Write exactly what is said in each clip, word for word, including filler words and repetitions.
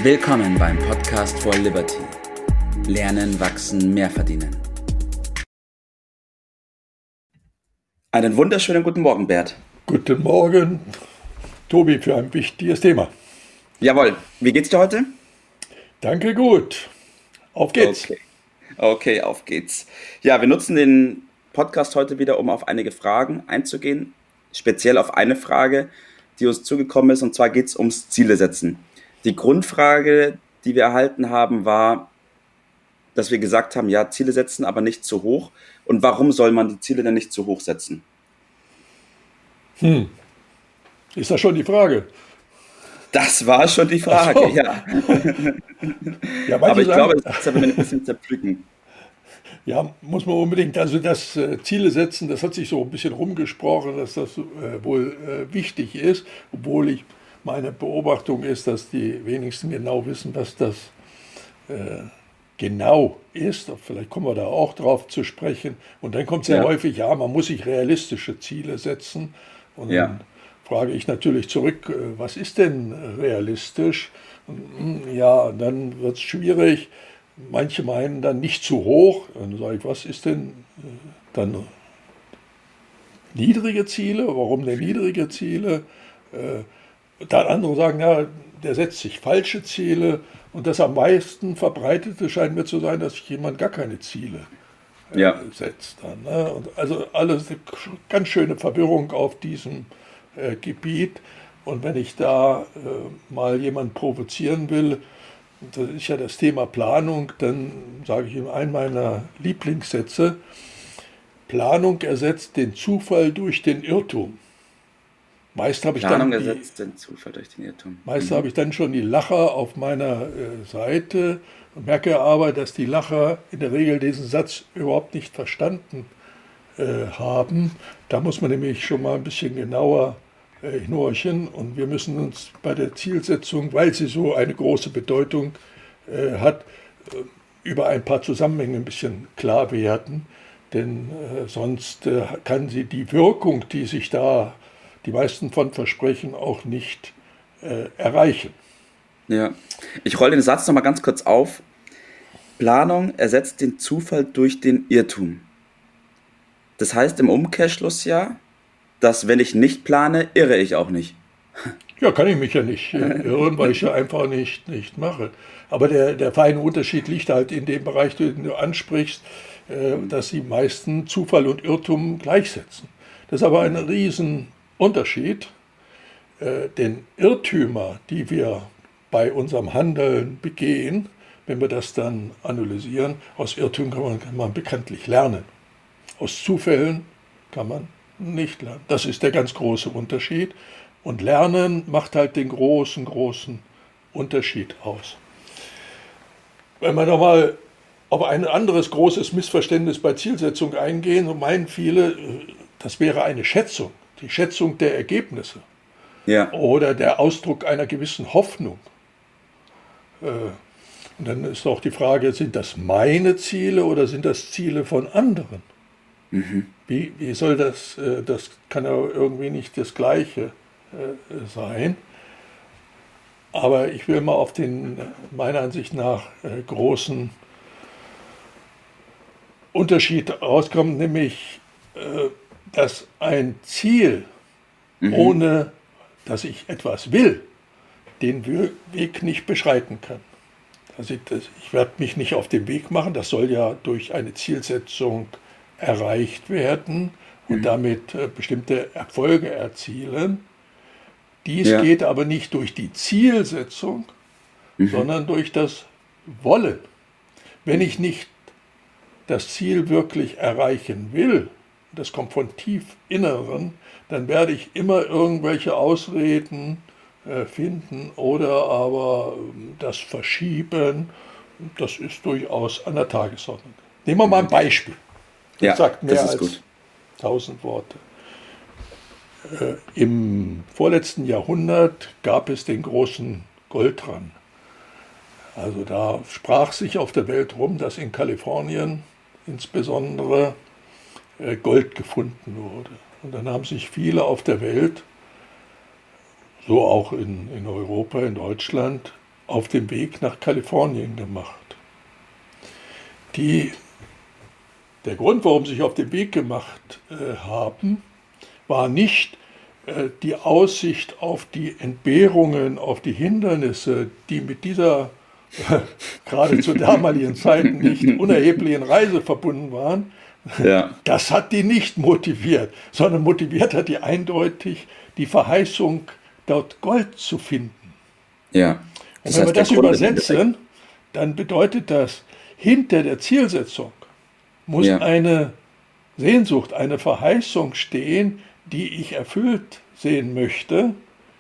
Willkommen beim Podcast for Liberty. Lernen, wachsen, mehr verdienen. Einen wunderschönen guten Morgen, Bert. Guten Morgen, Tobi, für ein wichtiges Thema. Jawohl. Wie geht's dir heute? Danke, gut. Auf geht's. Okay. Okay, auf geht's. Ja, wir nutzen den Podcast heute wieder, um auf einige Fragen einzugehen. Speziell auf eine Frage, die uns zugekommen ist, und zwar geht es ums Ziele setzen. Die Grundfrage, die wir erhalten haben, war, dass wir gesagt haben, ja, Ziele setzen, aber nicht zu hoch. Und warum soll man die Ziele denn nicht zu hoch setzen? Hm. Ist das schon die Frage? Das war schon die Frage, so. ja. Ja, aber ich sagen, glaube, das ist aber ein bisschen zerpflücken. Ja, muss man unbedingt. Also das äh, Ziele setzen, das hat sich so ein bisschen rumgesprochen, dass das äh, wohl äh, wichtig ist, obwohl ich meine Beobachtung ist, dass die wenigsten genau wissen, was das äh, genau ist. Vielleicht kommen wir da auch drauf zu sprechen. Und dann kommt sehr ja. häufig, ja, man muss sich realistische Ziele setzen. Und ja. dann frage ich natürlich zurück, äh, was ist denn realistisch? Und, ja, dann wird es schwierig. Manche meinen dann nicht zu hoch. Dann sage ich, was ist denn äh, dann niedrige Ziele? Warum denn niedrige Ziele? Äh, Dann andere sagen, ja, der setzt sich falsche Ziele, und das am meisten Verbreitete scheint mir zu sein, dass sich jemand gar keine Ziele äh, ja. setzt. Dann, ne? Und also alles eine ganz schöne Verwirrung auf diesem äh, Gebiet. Und wenn ich da äh, mal jemanden provozieren will, das ist ja das Thema Planung, dann sage ich ihm einen meiner Lieblingssätze: Planung ersetzt den Zufall durch den Irrtum. Meist habe ich, dann die, den Zufall durch den Irrtum. meist mhm. habe ich dann schon die Lacher auf meiner äh, Seite und merke aber, dass die Lacher in der Regel diesen Satz überhaupt nicht verstanden äh, haben. Da muss man nämlich schon mal ein bisschen genauer äh, hinhorchen, und wir müssen uns bei der Zielsetzung, weil sie so eine große Bedeutung äh, hat, äh, über ein paar Zusammenhänge ein bisschen klar werden, denn äh, sonst äh, kann sie die Wirkung, die sich da die meisten von versprechen, auch nicht äh, erreichen. Ja, ich rolle den Satz nochmal ganz kurz auf. Planung ersetzt den Zufall durch den Irrtum. Das heißt im Umkehrschluss ja, dass wenn ich nicht plane, irre ich auch nicht. Ja, kann ich mich ja nicht äh, irren, weil ich ja einfach nicht, nicht mache. Aber der, der feine Unterschied liegt halt in dem Bereich, den du ansprichst, äh, dass die meisten Zufall und Irrtum gleichsetzen. Das ist aber ein riesen Unterschied, äh, denn Irrtümer, die wir bei unserem Handeln begehen, wenn wir das dann analysieren, aus Irrtümern kann man, kann man bekanntlich lernen. Aus Zufällen kann man nicht lernen. Das ist der ganz große Unterschied. Und Lernen macht halt den großen, großen Unterschied aus. Wenn wir nochmal auf ein anderes großes Missverständnis bei Zielsetzung eingehen, so meinen viele, das wäre eine Schätzung. Die Schätzung der Ergebnisse ja. oder der Ausdruck einer gewissen Hoffnung. Und dann ist auch die Frage, sind das meine Ziele oder sind das Ziele von anderen? Mhm. Wie, wie soll das, das kann ja irgendwie nicht das Gleiche sein. Aber ich will mal auf den, meiner Ansicht nach, großen Unterschied rauskommen, nämlich dass ein Ziel, mhm. ohne dass ich etwas will, den Weg nicht beschreiten kann. Also das, ich werde mich nicht auf den Weg machen, das soll ja durch eine Zielsetzung erreicht werden und mhm. damit äh, bestimmte Erfolge erzielen. Dies ja. geht aber nicht durch die Zielsetzung, mhm. sondern durch das Wollen. Wenn ich nicht das Ziel wirklich erreichen will, das kommt von tief Inneren, dann werde ich immer irgendwelche Ausreden äh, finden oder aber äh, das verschieben. Das ist durchaus an der Tagesordnung. Nehmen wir mal ein Beispiel. Das ja, sagt mehr als gut. tausend Worte. Äh, Im vorletzten Jahrhundert gab es den großen Goldrand. Also da sprach sich auf der Welt rum, dass in Kalifornien insbesondere Gold gefunden wurde. Und dann haben sich viele auf der Welt, so auch in, in Europa, in Deutschland, auf dem Weg nach Kalifornien gemacht. Die, der Grund, warum sie sich auf den Weg gemacht äh, haben, war nicht äh, die Aussicht auf die Entbehrungen, auf die Hindernisse, die mit dieser äh, gerade zu damaligen Zeiten nicht unerheblichen Reise verbunden waren. Ja. Das hat die nicht motiviert, sondern motiviert hat die eindeutig die Verheißung, dort Gold zu finden. Ja. Und wenn wir das übersetzen, dann bedeutet das, hinter der Zielsetzung muss ja. eine Sehnsucht, eine Verheißung stehen, die ich erfüllt sehen möchte.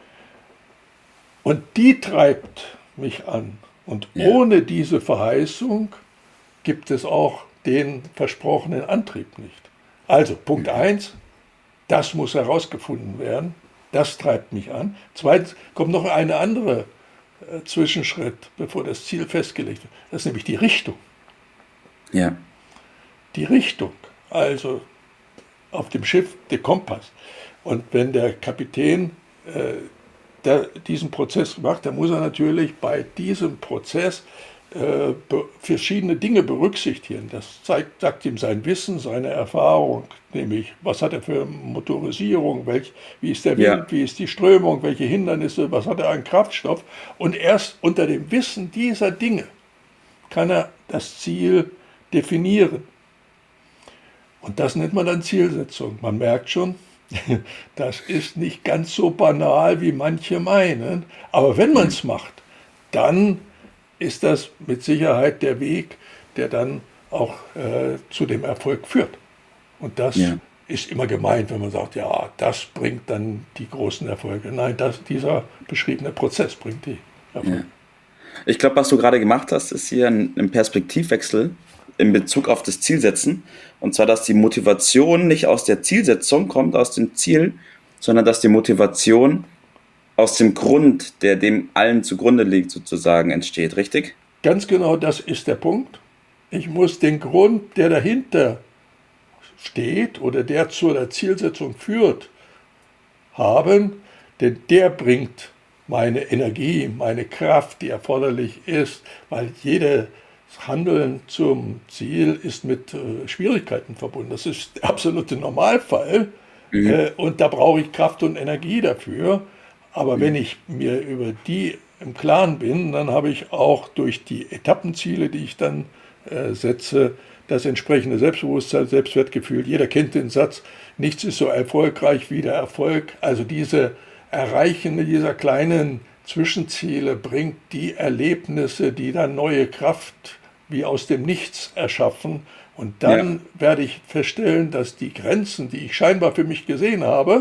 Und die treibt mich an. Und ja. ohne diese Verheißung gibt es auch den versprochenen Antrieb nicht. Also Punkt eins, das muss herausgefunden werden. Das treibt mich an. Zweitens kommt noch eine andere äh, Zwischenschritt, bevor das Ziel festgelegt wird. Das ist nämlich die Richtung. Ja. Die Richtung. Also auf dem Schiff der Kompass. Und wenn der Kapitän äh, der diesen Prozess macht, dann muss er natürlich bei diesem Prozess äh, verschiedene Dinge berücksichtigen. Das zeigt, sagt ihm sein Wissen, seine Erfahrung, nämlich was hat er für Motorisierung, welch, wie ist der Wind, ja. wie ist die Strömung, welche Hindernisse, was hat er an Kraftstoff. Und erst unter dem Wissen dieser Dinge kann er das Ziel definieren. Und das nennt man dann Zielsetzung. Man merkt schon, das ist nicht ganz so banal, wie manche meinen. Aber wenn man es macht, dann ist das mit Sicherheit der Weg, der dann auch äh, zu dem Erfolg führt. Und das ja. ist immer gemeint, wenn man sagt, ja, das bringt dann die großen Erfolge. Nein, das, dieser beschriebene Prozess bringt die Erfolge. Ja. Ich glaube, was du gerade gemacht hast, ist hier ein, ein Perspektivwechsel in Bezug auf das Zielsetzen. Und zwar, dass die Motivation nicht aus der Zielsetzung kommt, aus dem Ziel, sondern dass die Motivation aus dem Grund, der dem allen zugrunde liegt, sozusagen entsteht, richtig? Ganz genau, das ist der Punkt. Ich muss den Grund, der dahinter steht oder der zu der Zielsetzung führt, haben, denn der bringt meine Energie, meine Kraft, die erforderlich ist, weil jedes Handeln zum Ziel ist mit äh, Schwierigkeiten verbunden. Das ist der absolute Normalfall mhm. äh, und da brauche ich Kraft und Energie dafür. Aber mhm. wenn ich mir über die im Klaren bin, dann habe ich auch durch die Etappenziele, die ich dann äh, setze, das entsprechende Selbstbewusstsein, Selbstwertgefühl. Jeder kennt den Satz, nichts ist so erfolgreich wie der Erfolg. Also diese Erreichen dieser kleinen Zwischenziele bringt die Erlebnisse, die dann neue Kraft wie aus dem Nichts erschaffen. Und dann ja. werde ich feststellen, dass die Grenzen, die ich scheinbar für mich gesehen habe,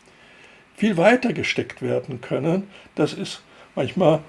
viel weiter gesteckt werden können. Das ist manchmal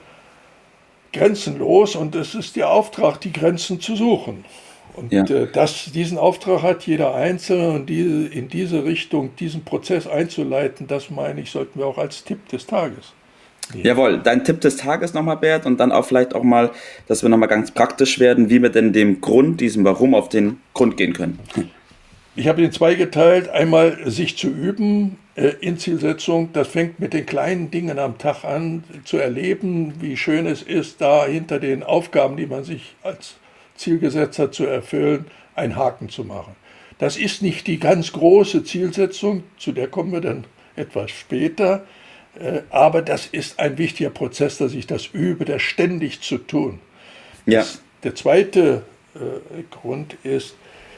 grenzenlos und es ist der Auftrag, die Grenzen zu suchen. Und ja. äh, das, diesen Auftrag hat jeder Einzelne und diese, in diese Richtung, diesen Prozess einzuleiten, das meine ich, sollten wir auch als Tipp des Tages nehmen. Jawohl, dein Tipp des Tages nochmal, Bert, und dann auch vielleicht auch mal, dass wir nochmal ganz praktisch werden, wie wir denn dem Grund, diesem Warum auf den Grund gehen können. Ich habe ihn zweigeteilt. Einmal sich zu üben äh, in Zielsetzung. Das fängt mit den kleinen Dingen am Tag an, zu erleben, wie schön es ist, da hinter den Aufgaben, die man sich als Ziel gesetzt hat, zu erfüllen, einen Haken zu machen. Das ist nicht die ganz große Zielsetzung, zu der kommen wir dann etwas später, äh, aber das ist ein wichtiger Prozess, dass ich das übe, das ständig zu tun. Ja. Das, der zweite äh, Grund ist,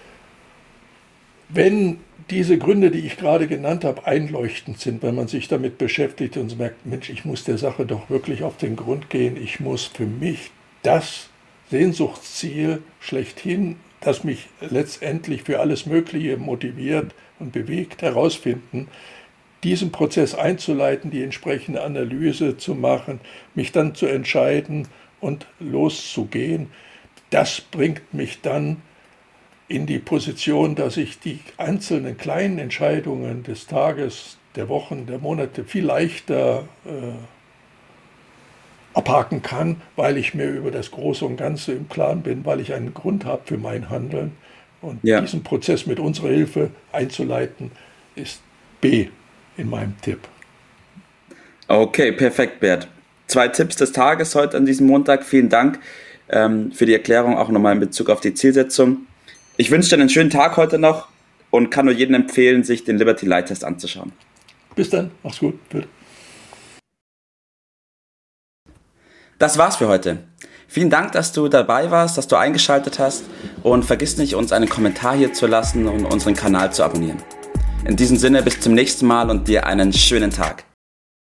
wenn diese Gründe, die ich gerade genannt habe, einleuchtend sind, wenn man sich damit beschäftigt und merkt, Mensch, ich muss der Sache doch wirklich auf den Grund gehen, ich muss für mich das Sehnsuchtsziel schlechthin, das mich letztendlich für alles Mögliche motiviert und bewegt, herausfinden, diesen Prozess einzuleiten, die entsprechende Analyse zu machen, mich dann zu entscheiden und loszugehen, das bringt mich dann in die Position, dass ich die einzelnen kleinen Entscheidungen des Tages, der Wochen, der Monate viel leichter äh, abhaken kann, weil ich mir über das Große und Ganze im Klaren bin, weil ich einen Grund habe für mein Handeln. Und ja. diesen Prozess mit unserer Hilfe einzuleiten, ist B in meinem Tipp. Okay, perfekt, Bert. zwei Tipps des Tages heute an diesem Montag. Vielen Dank ähm, für die Erklärung, auch nochmal in Bezug auf die Zielsetzung. Ich wünsche dir einen schönen Tag heute noch und kann nur jedem empfehlen, sich den Liberty Light Test anzuschauen. Bis dann, mach's gut. Bitte. Das war's für heute. Vielen Dank, dass du dabei warst, dass du eingeschaltet hast und vergiss nicht, uns einen Kommentar hier zu lassen und unseren Kanal zu abonnieren. In diesem Sinne, bis zum nächsten Mal und dir einen schönen Tag.